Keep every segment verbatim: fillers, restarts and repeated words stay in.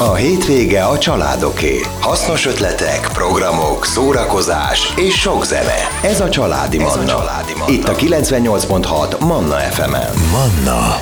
A hétvége a családoké. Hasznos ötletek, programok, szórakozás és sok zene. Ez a Családi Manna. Ez a Családi Manna. Itt a kilencvennyolc pont hat Manna ef emen. Manna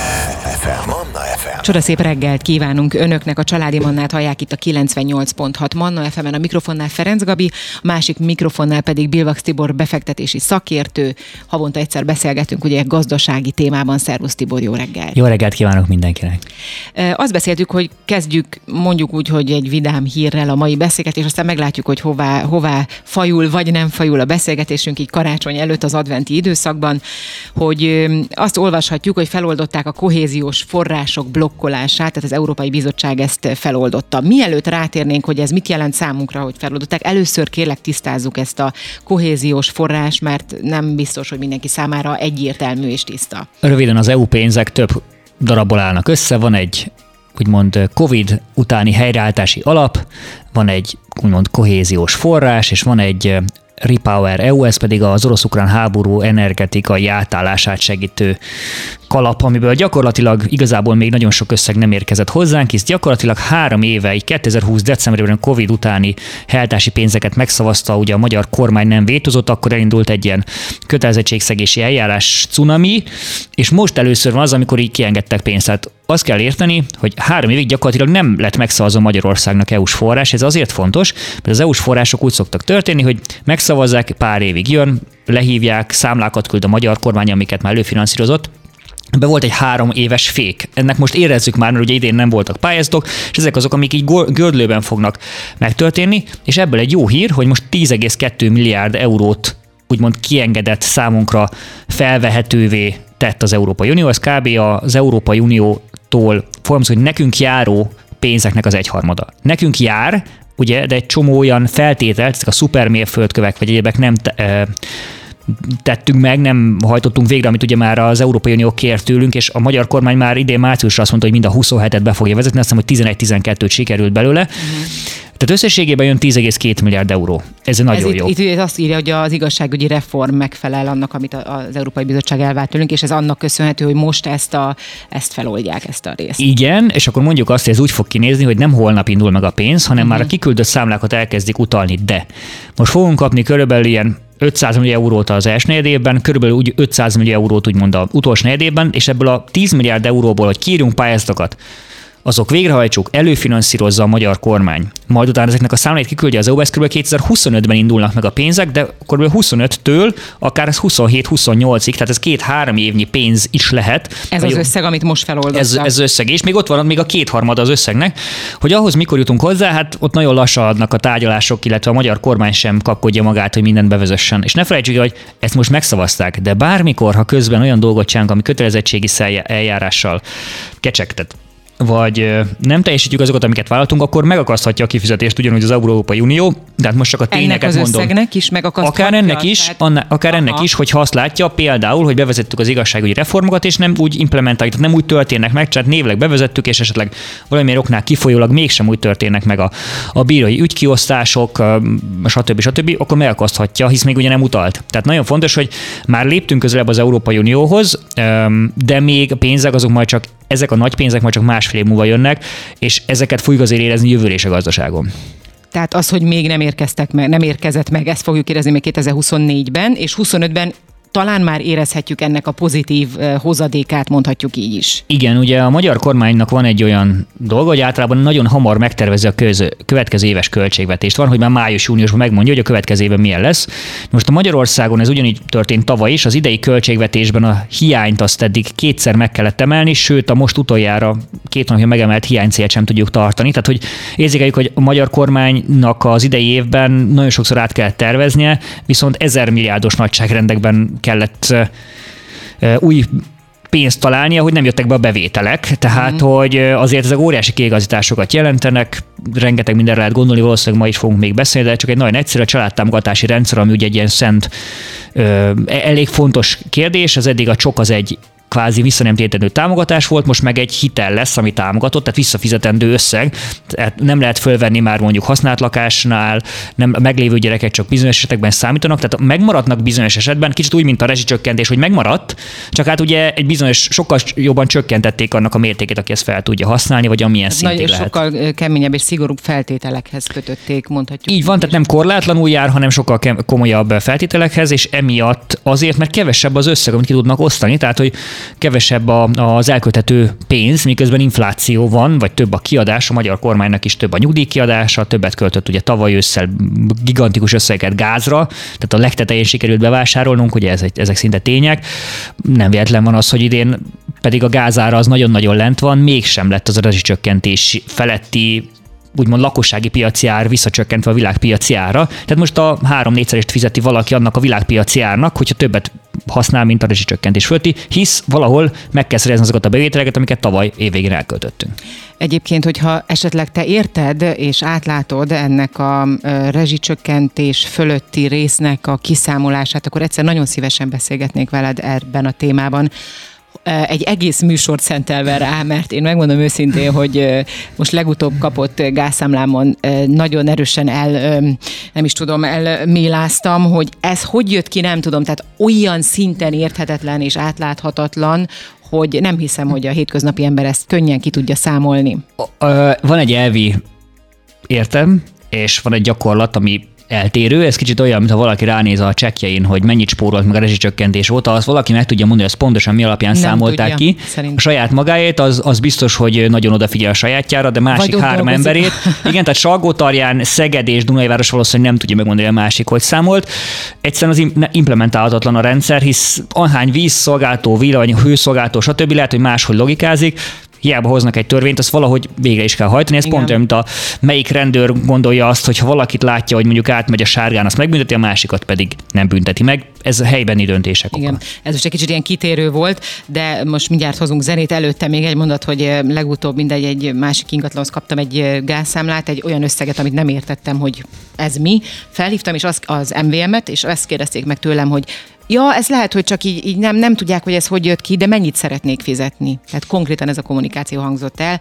ef em. Manna ef em. Csodaszép reggelt kívánunk önöknek, a Családi Mannát hallják itt a kilencvennyolc pont hat Manna ef emen, a mikrofonnál Ferenc Gabi, a másik mikrofonnál pedig Bilvax Tibor befektetési szakértő. Havonta egyszer beszélgetünk ugye gazdasági témában. Szervusz Tibor, jó reggelt! Jó reggelt kívánok mindenkinek! Azt beszéltük, hogy kezdjük mondjuk úgy, hogy egy vidám hírrel a mai beszélgetés, aztán meglátjuk, hogy hová, hová fajul vagy nem fajul a beszélgetésünk így karácsony előtt az adventi időszakban, hogy azt olvashatjuk, hogy feloldották a kohéziós források blokkolását, tehát az Európai Bizottság ezt feloldotta. Mielőtt rátérnénk, hogy ez mit jelent számunkra, hogy feloldották, először kérlek tisztázzuk ezt a kohéziós forrás, mert nem biztos, hogy mindenki számára egyértelmű és tiszta. Röviden, az é u pénzek több darabból állnak össze, van egy úgymond Covid utáni helyreállítási alap, van egy úgymond kohéziós forrás, és van egy Repower é u, ez pedig az orosz-ukrán háború energetikai átállását segítő kalap, amiből gyakorlatilag igazából még nagyon sok összeg nem érkezett hozzánk, hisz gyakorlatilag három éve, így kétezer-húsz decemberében Covid utáni helyreállítási pénzeket megszavazta, ugye a magyar kormány nem vétózott, akkor elindult egy ilyen kötelezettségszegési eljárás cunami, és most először van az, amikor így kiengedtek pénzt. Tehát azt kell érteni, hogy három évig gyakorlatilag nem lett megszavazva Magyarországnak é u-s forrás. Ez azért fontos, mert az é u-s források úgy szoktak történni, hogy megszavazzák, pár évig jön, lehívják, számlákat küld a magyar kormány, amiket már előfinanszírozott. Be volt egy három éves fék. Ennek most érezzük már, mert ugye idén nem voltak pályázatok, és ezek azok, amik így gördülőben fognak megtörténni, és ebből egy jó hír, hogy most tíz egész kettő milliárd eurót úgymond kiengedett, számunkra felvehetővé tett az Európai Unió. Ez kb. Az Európai Uniótól fogalmaz, hogy nekünk járó pénzeknek az egyharmada. Nekünk jár, ugye, de egy csomó olyan feltételt, ezek a szupermérföldkövek vagy egyébek nem te, e, tettünk meg, nem hajtottunk végre, amit ugye már az Európai Unió kért tőlünk, és a magyar kormány már idén márciusra azt mondta, hogy mind a huszonhetet be fogja vezetni, azt hiszem, hogy tizenegy-tizenkettőt sikerült belőle. Uh-huh. Tehát összességében jön tíz egész két milliárd euró. Ez nagyon ez jó. Itt, itt azt írja, hogy az igazságügyi reform megfelel annak, amit az Európai Bizottság elvárt tőlünk, és ez annak köszönhető, hogy most ezt, a, ezt feloldják, ezt a részt. Igen, és akkor mondjuk azt, hogy ez úgy fog kinézni, hogy nem holnap indul meg a pénz, hanem uh-huh. már a kiküldött számlákat elkezdik utalni, de most fogunk kapni körülbelül ilyen ötszáz millió eurót az első negyedévben, körülbelül úgy ötszáz millió eurót úgymond az utolsó negyedévben, és ebből a tíz milliárd euróból, hogy kiírjunk pályázatokat, azok végrehajtsuk, előfinanszírozza a magyar kormány. Majd utána ezeknek a számláit kiküldje az é u, ez kb. kétezer-huszonötben indulnak meg a pénzek, de kb. huszonöttől akár ez huszonhét-huszonnyolcig, tehát ez két-három évnyi pénz is lehet. Ez az összeg, amit most feloldottak. Ez, ez összeg, és még ott van még a kétharmada az összegnek, hogy ahhoz mikor jutunk hozzá, hát ott nagyon lassan a tárgyalások, illetve a magyar kormány sem kapkodja magát, hogy mindent bevezessen. És ne felejtsük el, hogy ezt most megszavazták, de bármikor, ha közben olyan dolgot csinálunk, ami kötelezettségi eljárással kecsegtet, vagy nem teljesítjük azokat, amiket vállaltunk, akkor megakaszthatja a kifizetést ugyanúgy az Európai Unió. Tehát most csak a tényeket mondom. Ennek az összegnek is megakaszthatja. Akár ennek is, tehát... anna, akár Aha. ennek is, hogyha azt látja például, hogy bevezettük az igazságügyi reformokat, és nem úgy implementáljuk, nem úgy történnek meg, csak névleg bevezettük, és esetleg valamilyen oknál kifolyólag mégsem úgy történnek meg a, a bírói ügykiosztások, stb. stb., akkor megakaszthatja, hisz még ugye nem utalt. Tehát nagyon fontos, hogy már léptünk közelebb az Európai Unióhoz, de még a pénzek azok majd csak ezek a nagy pénzek majd csak másfél év múlva jönnek, és ezeket fogjuk azért érezni jövőre is a gazdaságon. Tehát az, hogy még nem érkeztek meg, nem érkezett meg, ezt fogjuk érezni még kétezer-huszonnégyben, és huszonötben talán már érezhetjük ennek a pozitív hozadékát, mondhatjuk így is. Igen, ugye a magyar kormánynak van egy olyan dolga, hogy általában nagyon hamar megtervezi a köz, következő éves költségvetést. Van, hogy már május-júniusban megmondja, hogy a következő évben milyen lesz. Most a Magyarországon ez ugyanígy történt tavaly is, az idei költségvetésben a hiányt azt eddig kétszer meg kellett emelni, sőt a most utoljára két napja megemelt hiánycélt sem tudjuk tartani. Tehát, hogy érzékeljük, hogy a magyar kormánynak az idei évben nagyon sokszor át kellett terveznie, viszont ezer milliárdos nagyságrendekben kellett uh, új pénzt találnia, hogy nem jöttek be a bevételek. Tehát, mm. hogy azért ezek óriási kiigazításokat jelentenek, rengeteg mindenre lehet gondolni, valószínűleg ma is fogunk még beszélni, de csak egy nagyon egyszerű a családtámogatási rendszer, ami ugye egy ilyen szent, uh, elég fontos kérdés, az eddig a csok az egy kvázi vissza nem térítendő támogatás volt, most meg egy hitel lesz, ami támogatott, tehát visszafizetendő összeg. Tehát nem lehet fölvenni már mondjuk használt lakásnál, nem, a meglévő gyerekek csak bizonyos esetekben számítanak, tehát megmaradnak bizonyos esetben, kicsit úgy, mint a rezsicsökkentés, hogy megmaradt, csak hát ugye egy bizonyos, sokkal jobban csökkentették annak a mértékét, aki ezt fel tudja használni, vagy amilyen szintig Nagy, lehet. Sokkal keményebb és szigorúbb feltételekhez kötötték, mondhatjuk. Így van, tehát nem korlátlanul jár, hanem sokkal komolyabb feltételekhez, és emiatt azért, mert kevesebb az összeg, amit ki tudnak osztani, tehát hogy kevesebb a, az elkölthető pénz, miközben infláció van, vagy több a kiadás, a magyar kormánynak is több a nyugdíjkiadása, többet költött ugye tavaly ősszel gigantikus összegeket gázra, tehát a legtetején sikerült bevásárolnunk, ugye ez egy, ezek szinte tények. Nem véletlen van az, hogy idén pedig a gázára az nagyon-nagyon lent van, mégsem lett az a rezsicsökkentés feletti úgymond lakossági piaci ár visszacsökkentve a világpiaci árra. Tehát most a három-négyszerest fizeti valaki annak a világpiaci árnak, hogyha többet használ, mint a rezsicsökkentés fölti, hisz valahol meg kell szerezni azokat a bevételeket, amiket tavaly évvégén elköltöttünk. Egyébként, hogyha esetleg te érted és átlátod ennek a rezsicsökkentés fölötti résznek a kiszámolását, akkor egyszer nagyon szívesen beszélgetnék veled ebben a témában. Egy egész műsort szentelve rá, mert én megmondom őszintén, hogy most legutóbb kapott gázszámlámon nagyon erősen el, nem is tudom, elméláztam, hogy ez hogy jött ki, nem tudom, tehát olyan szinten érthetetlen és átláthatatlan, hogy nem hiszem, hogy a hétköznapi ember ezt könnyen ki tudja számolni. Van egy elvi értem, és van egy gyakorlat, ami eltérő. Ez kicsit olyan, mintha valaki ránéz a csekkjein, hogy mennyit spórolt meg a rezsicsökkentés óta, az valaki meg tudja mondani, hogy ezt pontosan mi alapján nem számolták tudja, ki. Szerint. A saját magáét, az, az biztos, hogy nagyon odafigyel a sajátjára, de másik Vagy három emberét. Igen, tehát Salgótarján, Szeged és Dunajváros valószínűleg nem tudja megmondani a másik, hogy számolt. Egyszerűen az implementálhatatlan a rendszer, hisz ahány vízszolgáltó, villany, hőszolgáltó, stb. Lehet, hogy máshogy logikázik. Hiába hoznak egy törvényt, azt valahogy végre is kell hajtani. Ez Igen. pont olyan, mint a melyik rendőr gondolja azt, hogy ha valakit látja, hogy mondjuk átmegy a sárgán, azt megbünteti, a másikat pedig nem bünteti meg. Ez a helybeni döntések oka. Igen, ez most egy kicsit ilyen kitérő volt, de most mindjárt hozunk zenét. Előtte még egy mondat, hogy legutóbb mindegy egy másik ingatlanhoz kaptam egy gázszámlát, egy olyan összeget, amit nem értettem, hogy ez mi. Felhívtam és az, az em vé em-et, és ezt kérdezték meg tőlem, hogy ja, ez lehet, hogy csak így, így nem, nem tudják, hogy ez hogy jött ki, de mennyit szeretnék fizetni. Tehát konkrétan ez a kommunikáció hangzott el,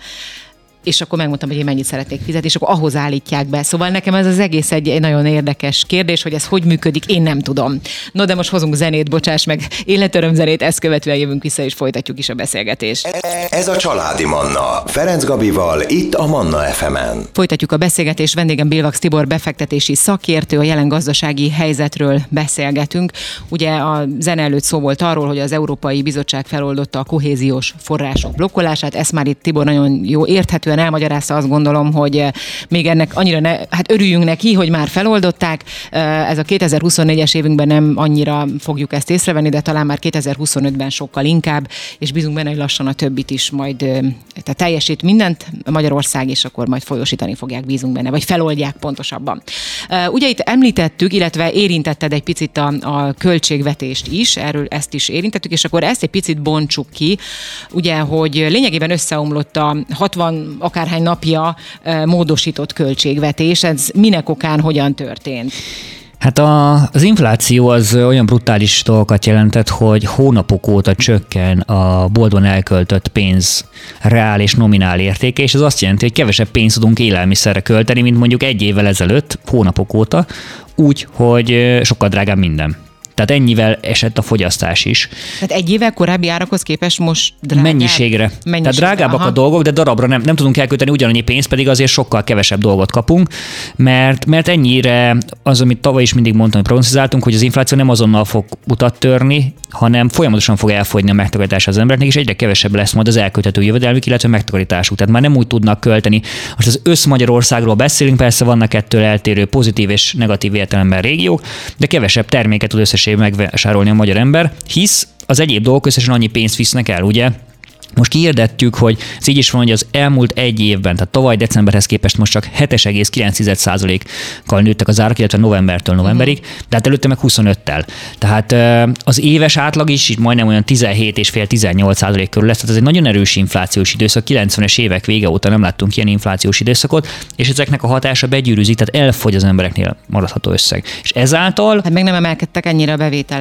és akkor megmondtam, hogy én mennyit szeretnék fizetni, és akkor ahhoz állítják be. Szóval nekem ez az egész egy, egy nagyon érdekes kérdés, hogy ez hogy működik, én nem tudom. No, de most hozunk zenét, bocsáss meg, életöröm zenét, ezt követően jövünk vissza, és folytatjuk is a beszélgetést. Ez a Családi Manna, Ferenc Gabival, itt a Manna ef em-en. Folytatjuk a beszélgetést, vendégem Bilvax Tibor befektetési szakértő, a jelen gazdasági helyzetről beszélgetünk. Ugye a zene előtt szó volt arról, hogy az Európai Bizottság feloldotta a kohéziós források blokkolását, ezt már itt Tibor nagyon jó érthetően elmagyarázta, azt gondolom, hogy még ennek annyira ne, hát örüljünk neki, hogy már feloldották. Ez a kétezer-huszonnégyes évünkben nem annyira fogjuk ezt észrevenni, de talán már kétezer-huszonötben sokkal inkább, és bízunk benne, hogy lassan a többit is majd tehát teljesít mindent Magyarország, és akkor majd folyósítani fogják, bízunk benne, vagy feloldják pontosabban. Ugye itt említettük, illetve érintetted egy picit a, a költségvetést is, erről ezt is érintettük, és akkor ezt egy picit bontsuk ki, ugye, hogy lényegében összeomlott a hatvan akárhány napja módosított költségvetés. Ez minek okán hogyan történt? Hát a, az infláció az olyan brutális dolgokat jelentett, hogy hónapok óta csökken a boltban elköltött pénz reál és nominál értéke, és ez azt jelenti, hogy kevesebb pénzt tudunk élelmiszerre költeni, mint mondjuk egy évvel ezelőtt, hónapok óta, úgy, hogy sokkal drágább minden. Tehát ennyivel esett a fogyasztás is. Tehát egy évvel korábbi árakhoz képest most drágább? Mennyiségre. Mennyiségre. Tehát drágábbak Aha. a dolgok, de darabra nem, nem tudunk elkölteni ugyanannyi pénzt, pedig azért sokkal kevesebb dolgot kapunk, mert, mert ennyire az, amit tavaly is mindig mondtam, hogy prognosztizáltunk, hogy az infláció nem azonnal fog utat törni, hanem folyamatosan fog elfogyni a megtakarítás az embereknek, és egyre kevesebb lesz majd az elkölthető jövedelmük, illetve megtakarításuk. Tehát már nem úgy tudnak költeni. Most az össz-Magyarországról beszélünk, persze vannak ettől eltérő pozitív és negatív értelemben régiók, de kevesebb terméket tud összesen megvásárolni a magyar ember, hisz az egyéb dolgok összesen annyi pénzt visznek el, ugye? Most kiirdettük, hogy ez így is van, hogy az elmúlt egy évben, tehát tavaly decemberhez képest most csak hét egész kilenc százalékkal nőttek az árak, illetve novembertől novemberig, de hát előtte meg huszonöttel. Tehát az éves átlag is így majdnem olyan tizenhét egész öt tizennyolc százalék körül lesz, tehát ez egy nagyon erős inflációs időszak, kilencvenes évek vége óta nem láttunk ilyen inflációs időszakot, és ezeknek a hatása begyűrűzik, tehát elfogy az embereknél maradható összeg. És ezáltal... Hát meg nem emelkedtek ennyire a bevételek.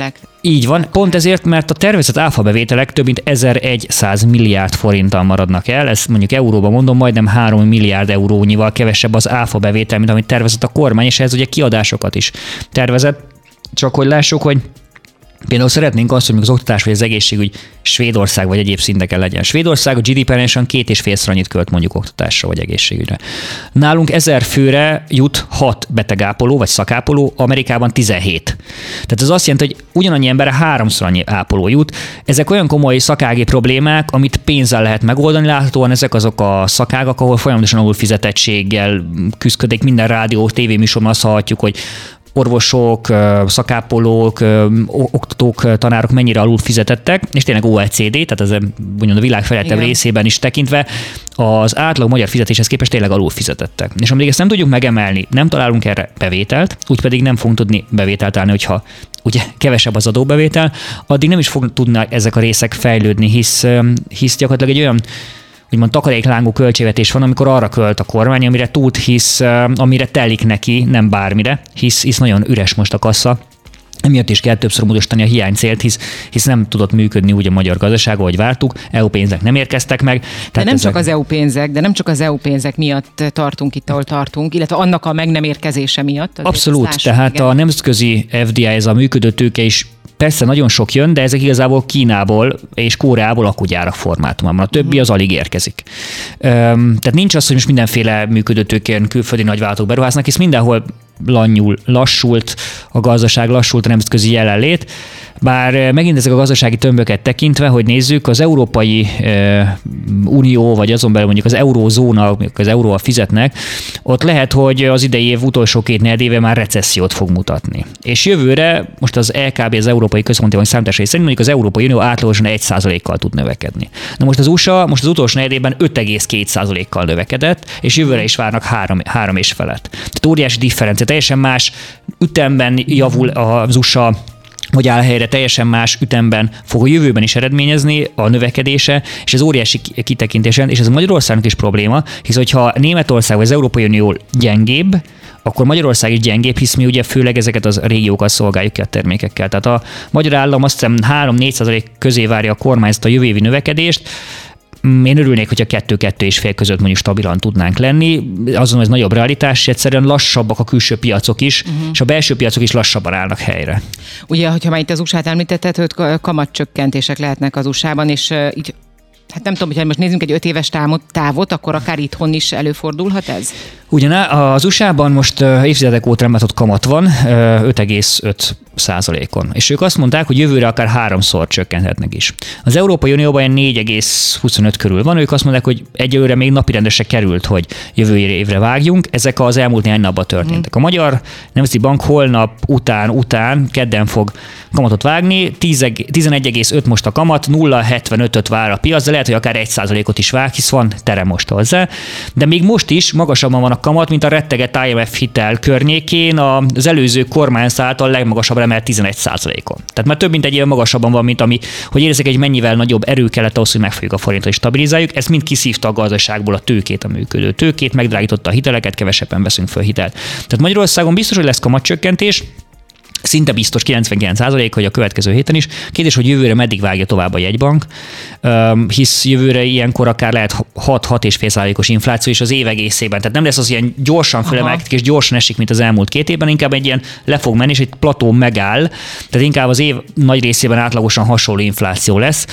Így van, pont ezért, mert a tervezett áfa bevételek több mint ezerszáz milliárd forinttal maradnak el, ezt mondjuk euróban mondom, majdnem három milliárd eurónyival kevesebb az áfa bevétel, mint amit tervezett a kormány, és ez ugye kiadásokat is tervezett, csak hogy lássuk, hogy például szeretnénk azt, hogy az oktatás vagy az egészségügy Svédország vagy egyéb szinteken legyen. Svédország a gé dé pé-en két és félszer annyit költ mondjuk oktatásra vagy egészségügyre. Nálunk ezer főre jut hat betegápoló vagy szakápoló, Amerikában tizenhét. Tehát ez azt jelenti, hogy ugyanannyi emberre háromszor annyi ápoló jut. Ezek olyan komoly szakági problémák, amit pénzzel lehet megoldani. Láthatóan ezek azok a szakágak, ahol folyamatosan alulfizetettséggel küszködik minden rádió, tévéműsorban azt hallhatjuk, hogy orvosok, szakápolók, oktatók, tanárok mennyire alul fizetettek, és tényleg o e cé dé, tehát ez mondjuk a világ fejlettebb részében is tekintve, az átlag magyar fizetéshez képest tényleg alul fizetettek. És amíg ezt nem tudjuk megemelni, nem találunk erre bevételt, úgy pedig nem fogunk tudni bevételt állni, hogyha ugye kevesebb az adóbevétel, addig nem is fog tudni ezek a részek fejlődni, hisz, hisz gyakorlatilag egy olyan úgymond takaréklángú költségvetés van, amikor arra költ a kormány, amire tud, hisz, amire telik neki, nem bármire, hisz, hisz nagyon üres most a kassa. Emiatt is kell többször módosítani a hiánycélt, hisz, hisz nem tudott működni úgy a magyar gazdaság, ahogy vártuk, é u pénzek nem érkeztek meg. Tehát de nem ezek... csak az é u pénzek, de nem csak az é u pénzek miatt tartunk itt, ahol tartunk, illetve annak a meg nem érkezése miatt. Abszolút, lássuk, tehát igen. A nemzetközi ef dé i, ez a működő tőke is persze nagyon sok jön, de ezek igazából Kínából és Koreából akkugyárak formátumában. A többi az alig érkezik. Üm, tehát nincs az, hogy most mindenféle működőtőkén külföldi nagyvállalatok beruháznak, hisz mindenhol lannyul, lassult a gazdaság, lassult a nemzetközi jelenlét. Bár megint ezek a gazdasági tömböket tekintve, hogy nézzük, az Európai e, Unió, vagy azon belül mondjuk az eurózóna, az euróval fizetnek, ott lehet, hogy az idei év utolsó két negyedéve már recessziót fog mutatni. És jövőre most az é ká bé, az Európai Központi Bank számításai szerint mondjuk az Európai Unió átlagosan egy százalékkal tud növekedni. Na most az u es á most az utolsó negyedében öt egész két százalékkal növekedett, és jövőre is várnak három, három és felett. Tehát óriási differencia, teljesen más ütemben javul az u es á, hogy áll helyre, teljesen más ütemben fog a jövőben is eredményezni a növekedése, és ez óriási kitekintésen, és ez Magyarországnak is probléma, hisz hogyha Németország vagy az Európai Unió gyengébb, akkor Magyarország is gyengébb, hisz mi ugye főleg ezeket az régiókat szolgáljuk ki a termékekkel. Tehát a magyar állam azt hiszem három-négy százalék közé várja a kormányzat a jövő évi növekedést. Én örülnék, hogyha kettő-kettő és fél között mondjuk stabilan tudnánk lenni. Azon ez nagyobb realitás, és egyszerűen lassabbak a külső piacok is, uh-huh. és a belső piacok is lassabban állnak helyre. Ugye, hogyha már itt az u es á-t említetted, hogy kamatcsökkentések lehetnek az u es á-ban, és uh, így hát nem tudom, hogyha most nézzünk egy öt éves távot, távot, akkor akár itthon is előfordulhat ez? Ugyan az u es á-ban most évtizedek óta nem kamat van, öt egész öt százalékon. És ők azt mondták, hogy jövőre akár háromszor csökkenthetnek is. Az Európai Unióban ilyen négy egész huszonöt körül van, ők azt mondják, hogy egyelőre még napirendre se került, hogy jövő évre vágjunk. Ezek az elmúlt néhány napban történtek. A Magyar Nemzeti Bank holnap után, után, kedden fog kamatot vágni, tizenegy egész öt most a kamat, nulla egész hetvenötöt vár a piac, de lehet, hogy akár egy százalékot is vág, hisz van tere most hozzá. De még most is magasabban van a kamat, mint a rettegett i em ef hitel környékén, az előző kormányzat által legmagasabbra emelt tizenegy százalékon. Tehát már több mint egy éve magasabban van, mint ami, hogy érezzek, egy mennyivel nagyobb erő kellett ahhoz, hogy megfogjuk a forintot és stabilizáljuk. Ez mind kiszívta a gazdaságból a tőkét, a működő tőkét, megdrágította a hiteleket, kevesebben veszünk föl hitelt. Tehát Magyarországon biztos, hogy lesz kamatcsökkentés, szinte biztos kilencvenkilenc százalék, hogy a következő héten is. Kérdés, hogy jövőre meddig vágja tovább a jegybank, hisz jövőre ilyenkor akár lehet hat-hat egész öt százalékos infláció is az év egészében. Tehát nem lesz az ilyen gyorsan fölemelkedik és gyorsan esik, mint az elmúlt két évben, inkább egy ilyen le fog menni, és egy plató megáll. Tehát inkább az év nagy részében átlagosan hasonló infláció lesz.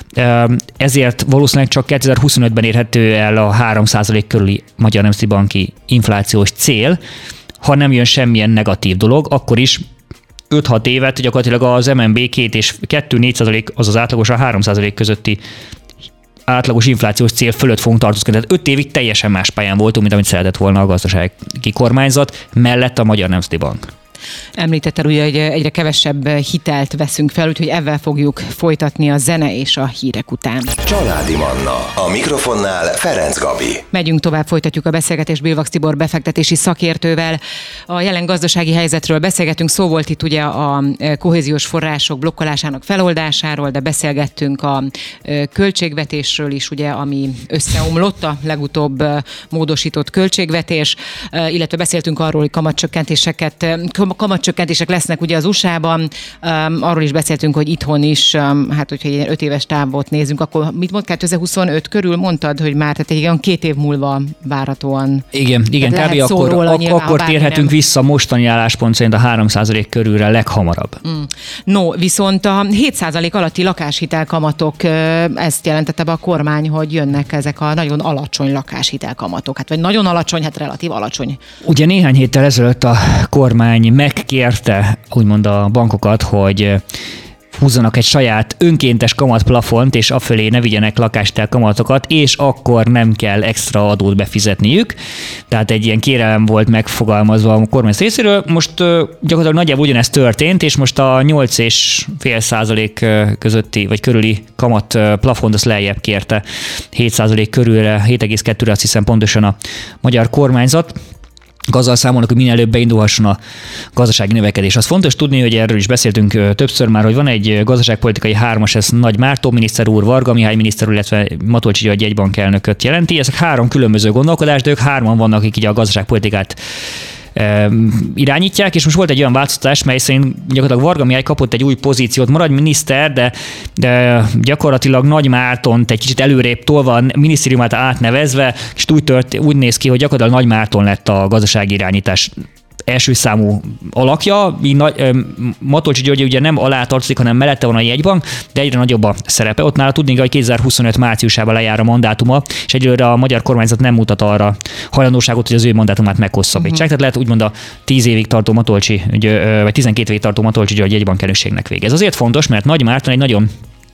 Ezért valószínűleg csak kétezer-huszonötben érhető el a három százalék körüli Magyar Nemzeti Banki inflációs cél. Ha nem jön semmilyen negatív dolog, akkor is öt-hat évet gyakorlatilag az em en bé két és kettő-négy százalék, azaz átlagosan három százalék közötti átlagos inflációs cél fölött fogunk tartózkodni. Tehát öt évig teljesen más pályán voltunk, mint amit szeretett volna a gazdasági kormányzat, mellett a Magyar Nemzeti Bank. Említetted ugye, hogy egyre kevesebb hitelt veszünk fel, úgyhogy ezzel fogjuk folytatni a zene és a hírek után. Családi Manna. A mikrofonnál Ferenc Gabi. Megyünk tovább, folytatjuk a beszélgetést Bilvax Tibor befektetési szakértővel. A jelen gazdasági helyzetről beszélgetünk, szó volt itt ugye a kohéziós források blokkolásának feloldásáról, de beszélgettünk a költségvetésről is, ugye, ami összeomlott, a legutóbb módosított költségvetés, illetve beszéltünk arról, hogy kamatcsökkentéseket kamatcsökkentések lesznek ugye az u es á-ban, um, arról is beszéltünk, hogy itthon is, um, hát hogyha egy öt éves távot nézünk, akkor mit mond, kétezer-huszonöt körül mondtad, hogy már tehát egy olyan két év múlva várhatóan. Igen, igen, kb. akkor, róla, ak- akkor térhetünk nem. vissza mostani álláspont szerint a három százalék körülre leghamarabb. Mm. No, viszont a hét százalék alatti lakáshitelkamatok, ezt jelentette be a kormány, hogy jönnek ezek a nagyon alacsony lakáshitelkamatok. Hát vagy nagyon alacsony, hát relatív alacsony. Ugye néhány héttel ezelőtt a kormány megkérte úgymond a bankokat, hogy húzzanak egy saját önkéntes kamatplafont, és afölé ne vigyenek lakáshitel kamatokat, és akkor nem kell extra adót befizetniük. Tehát egy ilyen kérelem volt megfogalmazva a kormány részéről. Most gyakorlatilag nagyjából ugyanezt történt, és most a nyolc egész öt százalék közötti, vagy körüli kamat plafont azt lejjebb kérte hét százalék körülre, hét egész kettőre azt hiszem pontosan a magyar kormányzat. Azzal számolnak, hogy minél előbb beindulhasson a gazdasági növekedés. Az fontos tudni, hogy erről is beszéltünk többször már, hogy van egy gazdaságpolitikai hármas, ez Nagy Márton miniszter úr, Varga Mihály miniszter úr, illetve Matolcsy György jegybankelnököt jelenti. Ezek három különböző gondolkodás, de ők hárman vannak, akik így a gazdaságpolitikát irányítják, és most volt egy olyan változtatás, mely szerint gyakorlatilag Varga Mihály kapott egy új pozíciót, maradj miniszter, de, de gyakorlatilag Nagy Mártont egy kicsit előrébb tolva, minisztériumát átnevezve, és úgy, tört, úgy néz ki, hogy gyakorlatilag Nagy Márton lett a gazdasági irányítás első számú alakja. Matolcsy György ugye nem alá tartozik, hanem mellette van a jegybank, de egyre nagyobb a szerepe. Ott nála tudni, hogy kétezer-huszonöt márciusában lejár a mandátuma, és egyelőre a magyar kormányzat nem mutat arra hajlandóságot, hogy az ő mandátumát meghosszabbítsák. Uh-huh. Tehát lehet úgymond a tíz évig tartó Matolcsy, vagy tizenkét évig tartó Matolcsy György jegybankelnökségnek végez. Ez azért fontos, mert Nagy Márton egy nagyon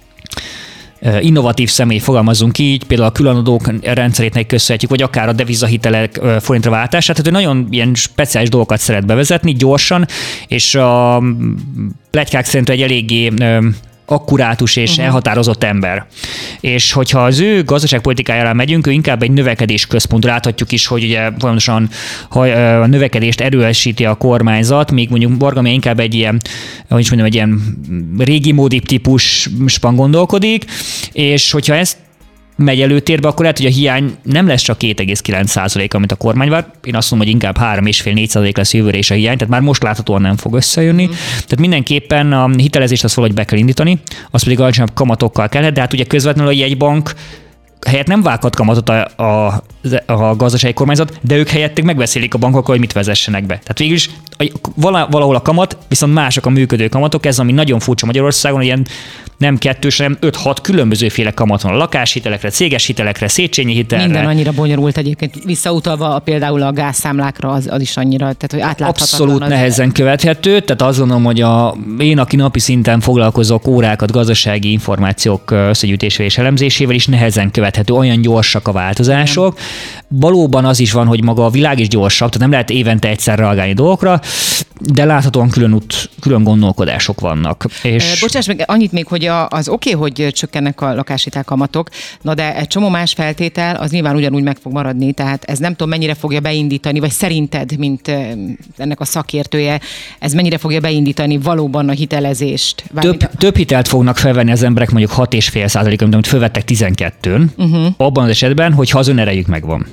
innovatív személy, fogalmazzunk így, például a különadók rendszerének köszönhetjük, vagy akár a devizahitelek forintra váltását, tehát ő nagyon ilyen speciális dolgokat szeret bevezetni, gyorsan, és a pletykák szerint egy eléggé akkurátus és uh-huh. elhatározott ember. És hogyha az ő gazdaságpolitikájára megyünk, ő inkább egy növekedés központ. Láthatjuk is, hogy ugye folyamatosan a növekedést erősíti a kormányzat, míg mondjuk Varga Mihály inkább egy ilyen, hogy is mondjam, egy ilyen régi módi típusban gondolkodik, és hogyha ezt megy előtérbe, akkor lehet, hogy a hiány nem lesz csak két egész kilenc százalék, amit a kormány vár. Én azt mondom, hogy inkább három egész öt-négy százalék lesz jövőre is a hiány, tehát már most láthatóan nem fog összejönni. Mm. Tehát mindenképpen a hitelezést azt valahogy be kell indítani, az pedig alacsonyabb kamatokkal kellett, de hát ugye közvetlenül a jegybank helyett nem vághat kamatot a, a, a gazdasági kormányzat, de ők helyett megbeszélik a bankokkal, hogy mit vezessenek be. Tehát végül is valahol a kamat, viszont mások a működő kamatok, ez ami nagyon furcsa Magyarországon, ilyen nem kettős, hanem öt-hat különbözőféle kamat van a lakáshitelekre, céges hitelekre, Széchenyi hitelre. Minden annyira bonyolult egyébként. Visszautalva például a gázszámlákra, az, az is annyira, tehát hogy átláthatatlan. Abszolút nehezen el... követhető, tehát azt gondolom, hogy a, én, aki napi szinten foglalkozok órákat gazdasági információk összegyűjtésével és elemzésével is, nehezen követhető, olyan gyorsak a változások. Igen. Valóban az is van, hogy maga a világ is gyorsabb, tehát nem lehet évente egyszer reagálni dolgokra, de láthatóan külön, út, külön gondolkodások vannak. És... Bocsáss meg, annyit még, hogy a, az oké, okay, hogy csökkennek a lakáshitelkamatok, na de egy csomó más feltétel az nyilván ugyanúgy meg fog maradni, tehát ez nem tudom mennyire fogja beindítani, vagy szerinted, mint ennek a szakértője, ez mennyire fogja beindítani valóban a hitelezést? Több, a... több hitelt fognak felvenni az emberek, mondjuk hat egész öt százalék, amit felvettek tizenkettőn, uh-huh. abban az esetben, hogyha az önerejük megvan.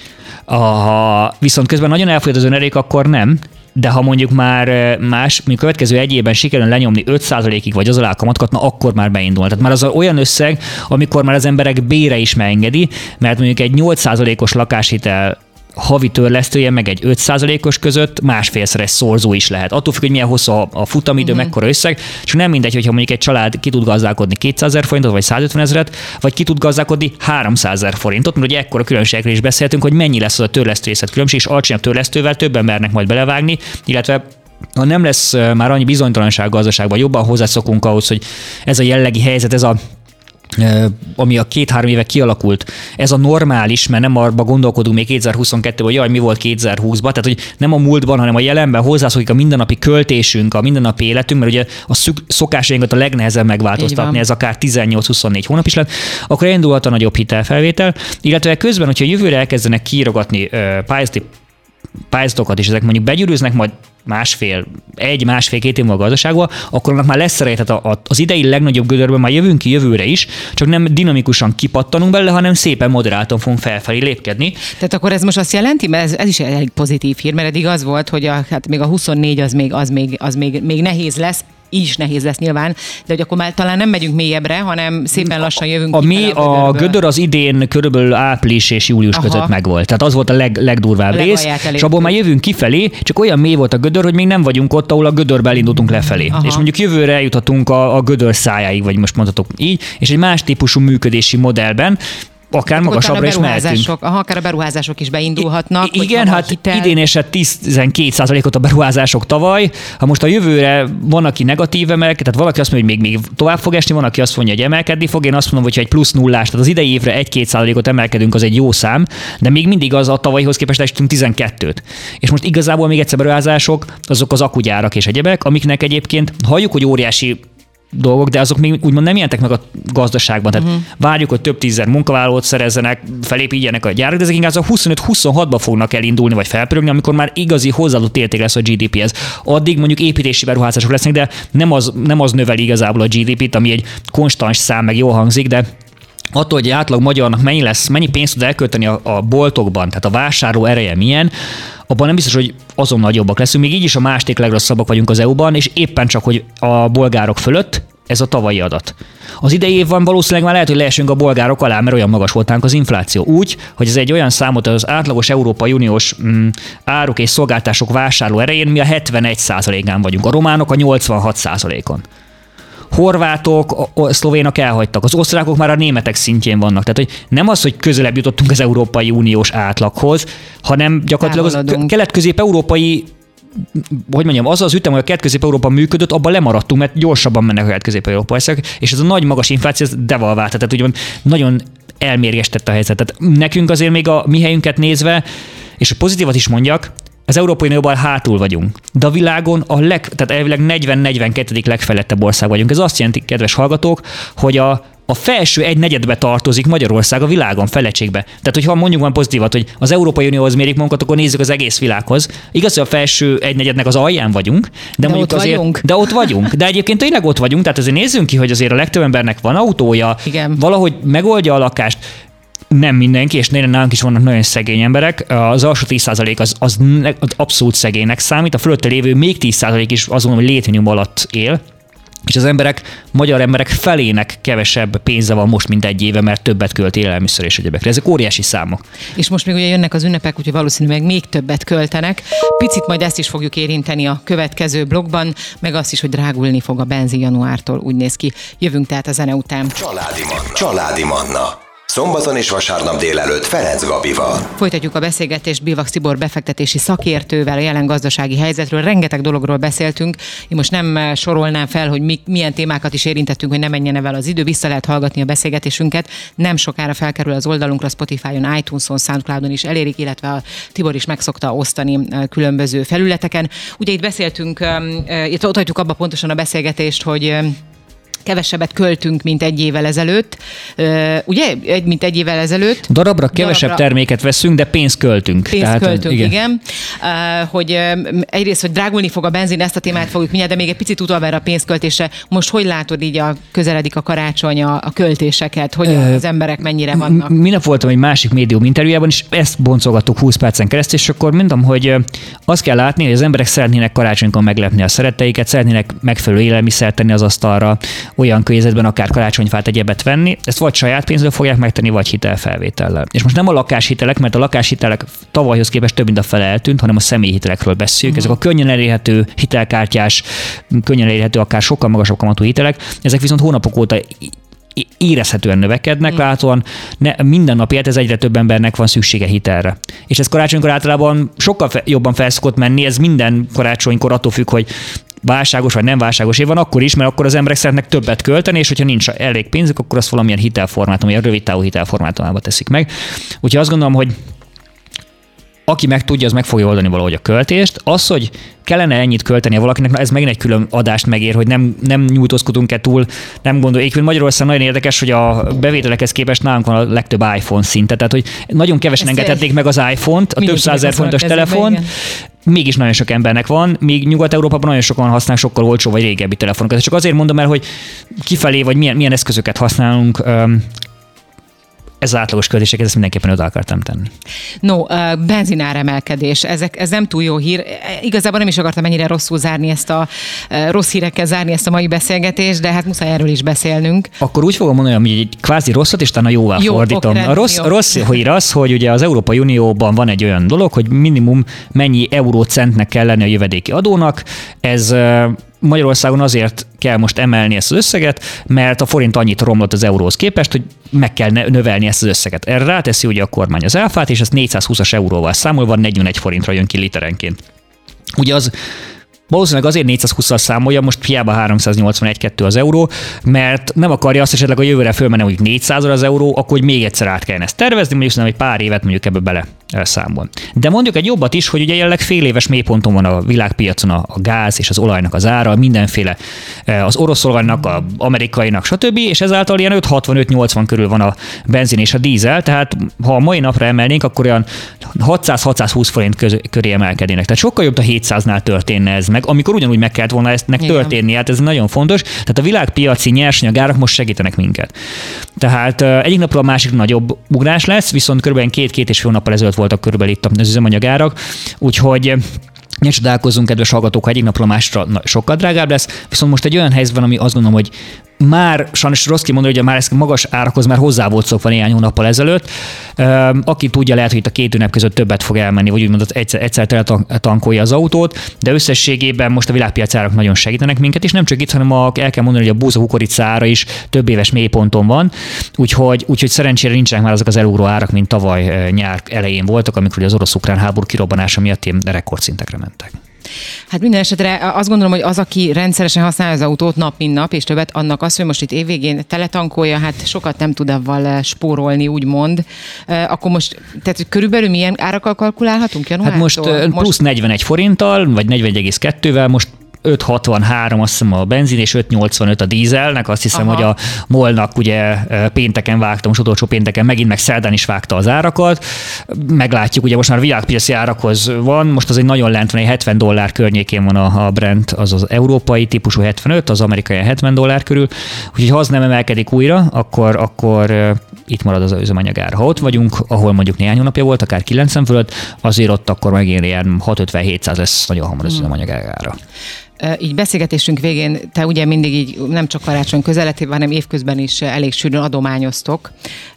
Ha viszont közben nagyon elfogyott az önerejük, akkor nem. De ha mondjuk már más, mondjuk következő egy évben sikerül lenyomni öt százalékig, vagy az alá kamatokat, na akkor már beindul. Tehát már az olyan összeg, amikor már az emberek bére is megengedi, mert mondjuk egy nyolc százalékos lakáshitel havi törlesztője, meg egy öt százalékos között másfélszeres szorzó is lehet. Attól függ, hogy milyen hosszú a, a futamidő, uh-huh. mekkora összeg, és nem mindegy, hogyha mondjuk egy család ki tud gazdálkodni kétszázezer forintot, vagy százötven ezret, vagy ki tud gazdálkodni háromszázezer forintot, mert ugye ekkora különbségekről is beszéltünk, hogy mennyi lesz az a törlesztő részlet különbség, és alacsonyabb törlesztővel több embernek majd belevágni, illetve ha nem lesz már annyi bizonytalanság a gazdaságban, jobban hozzászokunk ahhoz, hogy ez a jellegi helyzet, ez a ami a két-három éve kialakult, ez a normális, mert nem arba gondolkodunk még kétezer-huszonkettőben, hogy jaj, mi volt kétezer-húszban, tehát hogy nem a múltban, hanem a jelenben hozzászokik a mindennapi költésünk, a mindennapi életünk, mert ugye a szokásainkat a legnehezebb megváltoztatni, ez akár tizennyolc-huszonnégy hónap is lett, akkor elindulhat a nagyobb hitelfelvétel, illetve közben, hogyha jövőre elkezdenek kiírogatni pályázati pályázatokat, és ezek mondjuk begyűrűznek majd másfél, egy, másfél-két év a gazdaságban, akkor annak már lesz szerej, tehát az idei legnagyobb gödörből már jövünk ki jövőre is, csak nem dinamikusan kipattanunk belőle, hanem szépen moderáltan fogunk felfelé lépkedni. Tehát akkor ez most azt jelenti, mert ez, ez is elég pozitív hír, mert eddig az volt, hogy a, hát még a huszonnégy az még, az még, az még, még nehéz lesz, így is nehéz lesz nyilván, de hogy akkor már talán nem megyünk mélyebbre, hanem szépen lassan jövünk a, ki mi, a, a gödör az idén körülbelül április és július Aha. között megvolt. Tehát az volt a leg, legdurvább a rész, és abból már jövünk kifelé, csak olyan mély volt a gödör, hogy még nem vagyunk ott, ahol a gödörbe elindultunk lefelé. Aha. És mondjuk jövőre eljuthatunk a, a gödör szájáig, vagy most mondhatok így, és egy más típusú működési modellben, akár magasabbra is mehetünk. Aha, akár a beruházások is beindulhatnak. I- igen, hát hitel... idén esett tíz-tizenkét százalékot a beruházások tavaly. Ha most a jövőre van, aki negatív emelkedik, tehát valaki azt mondja, hogy még, még tovább fog esni, van, aki azt mondja, hogy emelkedni fog. Én azt mondom, hogy ha egy plusz nullás, tehát az idei évre egy-két százalékot emelkedünk, az egy jó szám, de még mindig az a tavalyihoz képest estünk tizenkettőt. És most igazából még egyszer beruházások, azok az akugyárak és egyebek, amiknek egyébként halljuk, hogy óriási dolgok, de azok még úgymond nem jelentek meg a gazdaságban. Tehát uh-huh. várjuk, hogy több tízezer munkavállalót szerezzenek, felépítjenek a gyárak, de ezek inkább huszonöt-huszonhatba fognak elindulni, vagy felpörögni, amikor már igazi hozzáadott érték lesz a gé dé péhez. Addig mondjuk építési beruházások lesznek, de nem az, nem az növeli igazából a gé dé pét, ami egy konstans szám, meg jól hangzik, de attól, hogy átlag magyarnak mennyi lesz, mennyi pénzt tud elkölteni a, a boltokban, tehát a vásárló ereje milyen, abban nem biztos, hogy azon nagyobbak leszünk. Még így is a második legrosszabbak vagyunk az é u-ban, és éppen csak, hogy a bolgárok fölött, ez a tavalyi adat. Az idei évben valószínűleg már lehet, hogy leesünk a bolgárok alá, mert olyan magas voltánk az infláció. Úgy, hogy ez egy olyan számot, az átlagos Európai Uniós mm, áruk és szolgáltások vásárló erején mi a hetvenegy százalékán vagyunk, a románok a nyolcvanhat százalékon. Horvátok, a szlovénok elhagytak, az osztrákok már a németek szintjén vannak. Tehát, hogy nem az, hogy közelebb jutottunk az Európai Uniós átlaghoz, hanem gyakorlatilag az kelet-közép-európai, hogy mondjam, az az ütem, hogy a kelet-közép-Európa működött, abban lemaradtunk, mert gyorsabban mennek a kelet-közép-Európa, és ez a nagy magas infláció, ez devalvált, tehát ugye nagyon elmérgestett a helyzet. Tehát nekünk azért még a mi helyünket nézve, és a pozitívat is mondjak, az Európai Unióban hátul vagyunk, de a világon a leg, tehát elvileg negyven-negyvenkettedik legfejlettebb ország vagyunk. Ez azt jelenti, kedves hallgatók, hogy a, a felső egy negyedbe tartozik Magyarország a világon felettségbe. Tehát, hogyha mondjuk van pozitívat, hogy az Európai Unióhoz mérjük magunkat, akkor nézzük az egész világhoz. Igaz, hogy a felső egy negyednek az alján vagyunk, de, de mondjuk ott azért, vagyunk. De ott vagyunk. De egyébként tényleg ott vagyunk, tehát azért nézzünk ki, hogy azért a legtöbb embernek van autója, Igen. valahogy megoldja a lakást. Nem mindenki, és nálunk is vannak nagyon szegény emberek. Az alsó tíz százalék az, az abszolút szegénynek számít, a fölötte lévő még tíz százalék is azon, hogy létminimum alatt él, és az emberek, magyar emberek felének kevesebb pénze van most, mint egy éve, mert többet költ élelmiszer és egyebekre. Ezek óriási számok. És most még ugye jönnek az ünnepek, úgyhogy valószínűleg még többet költenek. Picit majd ezt is fogjuk érinteni a következő blogban, meg azt is, hogy drágulni fog a benzin januártól, úgy néz ki. Jövünk tehát a zene után. Családi Manna. Családi Manna. Szombaton és vasárnap délelőtt Ferenc Gabival. Folytatjuk a beszélgetést Bilvak Tibor befektetési szakértővel a jelen gazdasági helyzetről. Rengeteg dologról beszéltünk. Én most nem sorolnám fel, hogy mi, milyen témákat is érintettünk, hogy ne menjen el az idő. Vissza lehet hallgatni a beszélgetésünket. Nem sokára felkerül az oldalunkra, Spotify-on, iTunes-on, SoundCloud-on is elérik, illetve a Tibor is meg szokta osztani különböző felületeken. Ugye itt beszéltünk, itt ott hagytuk abba pontosan a beszélgetést, hogy kevesebbet költünk, mint egy évvel ezelőtt. Uh, ugye? Egy, mint egy évvel ezelőtt. Darabra kevesebb Darabra... terméket veszünk, de pénzt költünk. Pénzt Tehát, költünk, igen. igen. Uh, hogy uh, egyrészt, hogy drágulni fog a benzin, ezt a témát fogjuk mindjárt, de még egy picit utalva erre a pénzköltésre. Most hogy látod így a közeledik a karácsony, a, a költéseket? Hogy uh, az emberek mennyire vannak? Minap voltam egy másik médium interjújában, és ezt boncolgattuk húsz percen keresztül, és akkor mondtam, hogy azt kell látni, hogy az emberek szeretnének karácsonykor meglepni a szeretteiket, szeretnének megfelelő élelmiszert tenni az asztalra, olyan környezetben akár karácsonyfát, egyebet venni, ezt vagy saját pénzből fogják megtenni, vagy hitelfelvétellel. És most nem a lakáshitelek, mert a lakáshitelek tavalyhoz képest több mint a fele eltűnt, hanem a személyhitelekről beszélünk. Uh-huh. Ezek a könnyen elérhető, hitelkártyás, könnyen elérhető, akár sokkal magasabb kamatú hitelek, ezek viszont hónapok óta érezhetően növekednek, mm. látóan ne, minden nap élet, ez egyre több embernek van szüksége hitelre. És ez karácsonykor általában sokkal fe, jobban felszokott menni, ez minden karácsonykor attól függ, hogy válságos vagy nem válságos év van, akkor is, mert akkor az emberek szeretnek többet költeni, és hogyha nincs elég pénzük, akkor azt valamilyen hitelformátum, vagy a rövid távú hitelformátumában teszik meg. Úgyhogy azt gondolom, hogy aki meg tudja, az meg fogja oldani valahogy a költést. Az, hogy kellene ennyit költenie valakinek, na ez megint egy külön adást megér, hogy nem, nem nyújtózkodunk-e túl, nem gondoljuk. Éppen Magyarország nagyon érdekes, hogy a bevételekhez képest nálunk van a legtöbb iPhone szinte, tehát hogy nagyon kevesen engedhették meg az iPhone-t, a több százezer fontos telefon, mégis nagyon sok embernek van, míg Nyugat-Európában nagyon sokan használnak sokkal olcsó vagy régebbi telefonokat. Csak azért mondom el, hogy kifelé, vagy milyen, milyen eszközöket használunk, ez az átlagos költések, ezt mindenképpen oda akartam tenni. No, benzinár emelkedés, ezek, ez nem túl jó hír. Igazából nem is akartam ennyire rosszul zárni ezt a, rossz hírekkel zárni ezt a mai beszélgetést, de hát muszáj erről is beszélnünk. Akkor úgy fogom mondani, hogy egy kvázi rosszat, és utána jóvá jó, fordítom. Okrend, a rossz, a rossz hír az, hogy ugye az Európai Unióban van egy olyan dolog, hogy minimum mennyi eurócentnek kell lenni a jövedéki adónak. Ez Magyarországon azért kell most emelni ezt az összeget, mert a forint annyit romlott az euróhoz képest, hogy meg kell növelni ezt az összeget. Erre ráteszi ugye a kormány az áfát, és ez négyszázhúszas euróval számolva negyvenegy forintra jön ki literenként. Ugye az valószínűleg azért négyszázhússzal számolja, most hiába háromszáznyolcvanegy kettő az euró, mert nem akarja azt esetleg a jövőre fölmenni mondjuk négyszázra az euró, akkor hogy még egyszer át kellene ezt tervezni, mondjuk szerintem egy pár évet mondjuk ebbe bele számol. De mondjuk egy jobbat is, hogy ugye jelenleg fél éves mélyponton van a világpiacon a, a gáz és az olajnak az ára, mindenféle az orosz olajnak, az amerikainak, stb. És ezáltal ilyen öt hatvanöt nyolcvan körül van a benzin és a dízel, tehát ha a mai napra emelnénk, akkor olyan hatszáz-hatszázhúsz forint köz, köré emelkednének. Tehát sokkal jobb, a hétszáznál történne ez meg, amikor ugyanúgy meg kellett volna ezt történni, hát ez nagyon fontos. Tehát a világpiaci nyersanyagárak most segítenek minket. Tehát egyik napról a másik nagyobb ugrás lesz, viszont körülbelül két-két és fél nappal ezelőtt voltak körülbelül itt az üzemanyagárak, úgyhogy ne csodálkozzunk, kedves hallgatók, ha egyik napról a másikra sokkal drágább lesz, viszont most egy olyan helyzetben, ami azt gondolom, hogy már sajnos rossz kimondani, hogy már ez magas árakhoz már hozzá volt szokva néhány hónappal ezelőtt. Aki tudja, lehet, hogy itt a két ünnep között többet fog elmenni, vagy úgymond egyszer, egyszer teletankolja az autót, de összességében most a világpiaci árak nagyon segítenek minket, és nem csak itt, hanem a, el kell mondani, hogy a búza kukorica ára is több éves mélyponton van, úgyhogy, úgyhogy szerencsére nincsenek már azok az elugró árak, mint tavaly nyár elején voltak, amikor az orosz-ukrán háború kirobbanása miatt ilyen rekordszintekre mentek. Hát minden esetre azt gondolom, hogy az, aki rendszeresen használja az autót nap, mint nap, és többet, annak az, hogy most itt évvégén teletankolja, hát sokat nem tud avval spórolni, úgymond. Akkor most, tehát hogy körülbelül milyen árakkal kalkulálhatunk januártól? Hát most, most plusz negyvenegy forinttal, vagy negyvenegy egész kettővel, most öt hatvanhárom azt hiszem a benzin, és öt nyolcvanöt a dízelnek. Azt hiszem, aha, hogy a MOL-nak ugye pénteken vágta, most utolsó pénteken megint, meg szerdán is vágta az árakat. Meglátjuk, ugye most már világpiaci árakhoz van, most az egy nagyon lent van, egy hetven dollár környékén van a Brent, az az európai típusú hetvenöt, az amerikai hetven dollár körül. Úgyhogy ha az nem emelkedik újra, akkor, akkor itt marad az üzemanyagára. Ha ott vagyunk, ahol mondjuk néhány hónapja volt, akár kilencven fölött, azért ott akkor megint ilyen hatszázötven-hétszáz lesz nagyon hamar az üzemanyagára. Így beszélgetésünk végén te ugye mindig így nem csak karácsony közeletében, hanem évközben is elég sűrűn adományoztok.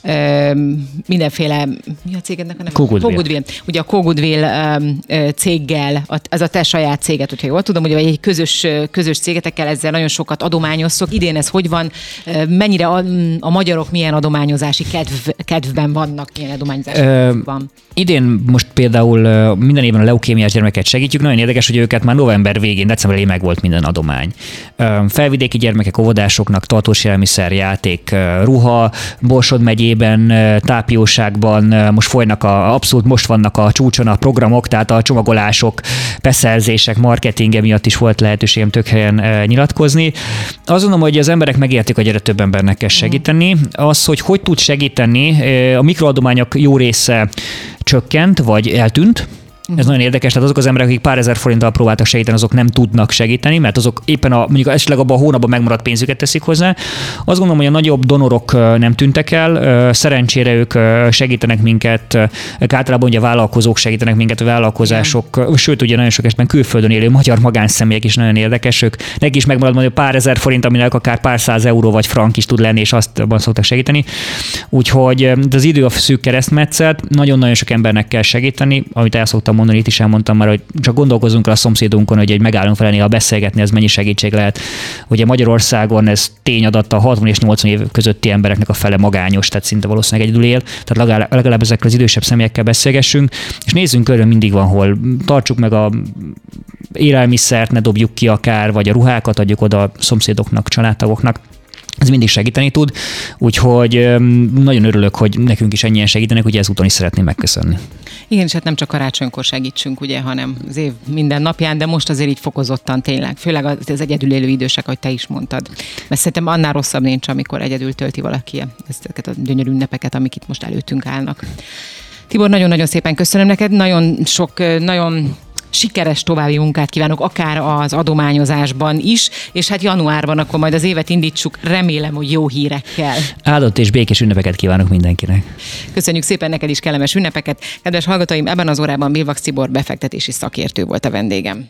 Mindenféle, mi a cégednek a neve? Cogoodwill. Ugye a Cogoodwill céggel, ez a te saját céget, hogyha jól tudom, ugye egy közös, közös cégetekkel ezzel nagyon sokat adományoztok. Idén ez hogy van? Mennyire a, a magyarok milyen adományozási kedv, kedvben vannak, milyen adományozási Ö, van? Idén most például minden évben a leukémiás gyermeket segítjük. Nagyon érdekes, hogy őket már november végén, december elején meg volt minden adomány. Felvidéki gyermekek, óvodásoknak tartós élelmiszer, játék, ruha, Borsod megyében, tápjóságban most folynak a, abszolút most vannak a csúcson a programok, tehát a csomagolások, beszerzések, marketinge miatt is volt lehetőségem tök helyen nyilatkozni. Azt gondolom, hogy az emberek megértik, hogy egyre több embernek kell segíteni. Az, hogy hogy tud segíteni, a mikroadományok jó része csökkent, vagy eltűnt. Ez nagyon érdekes, tehát azok az emberek, akik pár ezer forinttal próbáltak segíteni, azok nem tudnak segíteni, mert azok éppen a, mondjuk esetleg abban a hónapban megmaradt pénzüket teszik hozzá. Azt gondolom, hogy a nagyobb donorok nem tűntek el, szerencsére ők segítenek minket, általában ugye a vállalkozók segítenek minket, a vállalkozások, ja. Sőt, ugye nagyon sok esetben külföldön élő magyar magánszemélyek is nagyon érdekesek, neki is megmarad mondjuk pár ezer forint, aminek akár pár száz euró vagy frank is tud lenni, és azt abban szoktak segíteni. Úgyhogy az idő a szűk keresztmetszet, nagyon-nagyon sok embernek kell segíteni, amit el szoktam mondani, itt is elmondtam már, hogy csak gondolkozunk el a szomszédunkon, hogy egy megállunk vele néha beszélgetni, ez mennyi segítség lehet. Ugye Magyarországon ez tényadat, a hatvan és nyolcvan év közötti embereknek a fele magányos, tehát szinte valószínűleg egyedül él, tehát legalább, legalább ezekkel az idősebb személyekkel beszélgessünk, és nézzünk körül, mindig van hol. Tartsuk meg a élelmiszert, ne dobjuk ki akár, vagy a ruhákat adjuk oda a szomszédoknak, családtagoknak. ez mindig segíteni tud, úgyhogy nagyon örülök, hogy nekünk is ennyien segítenek, ugye ezúton is szeretném megköszönni. Igen, és hát nem csak karácsonykor segítsünk, ugye, hanem az év minden napján, de most azért így fokozottan tényleg, főleg az egyedül élő idősek, ahogy te is mondtad. Mert szerintem annál rosszabb nincs, amikor egyedül tölti valaki ezeket a gyönyörű ünnepeket, amik itt most előttünk állnak. Tibor, nagyon-nagyon szépen köszönöm neked, nagyon sok, nagyon sikeres további munkát kívánok, akár az adományozásban is, és hát januárban akkor majd az évet indítsuk, remélem, hogy jó hírekkel. Áldott és békés ünnepeket kívánok mindenkinek. Köszönjük szépen neked is kellemes ünnepeket. Kedves hallgatóim, ebben az órában Bilvax Tibor befektetési szakértő volt a vendégem.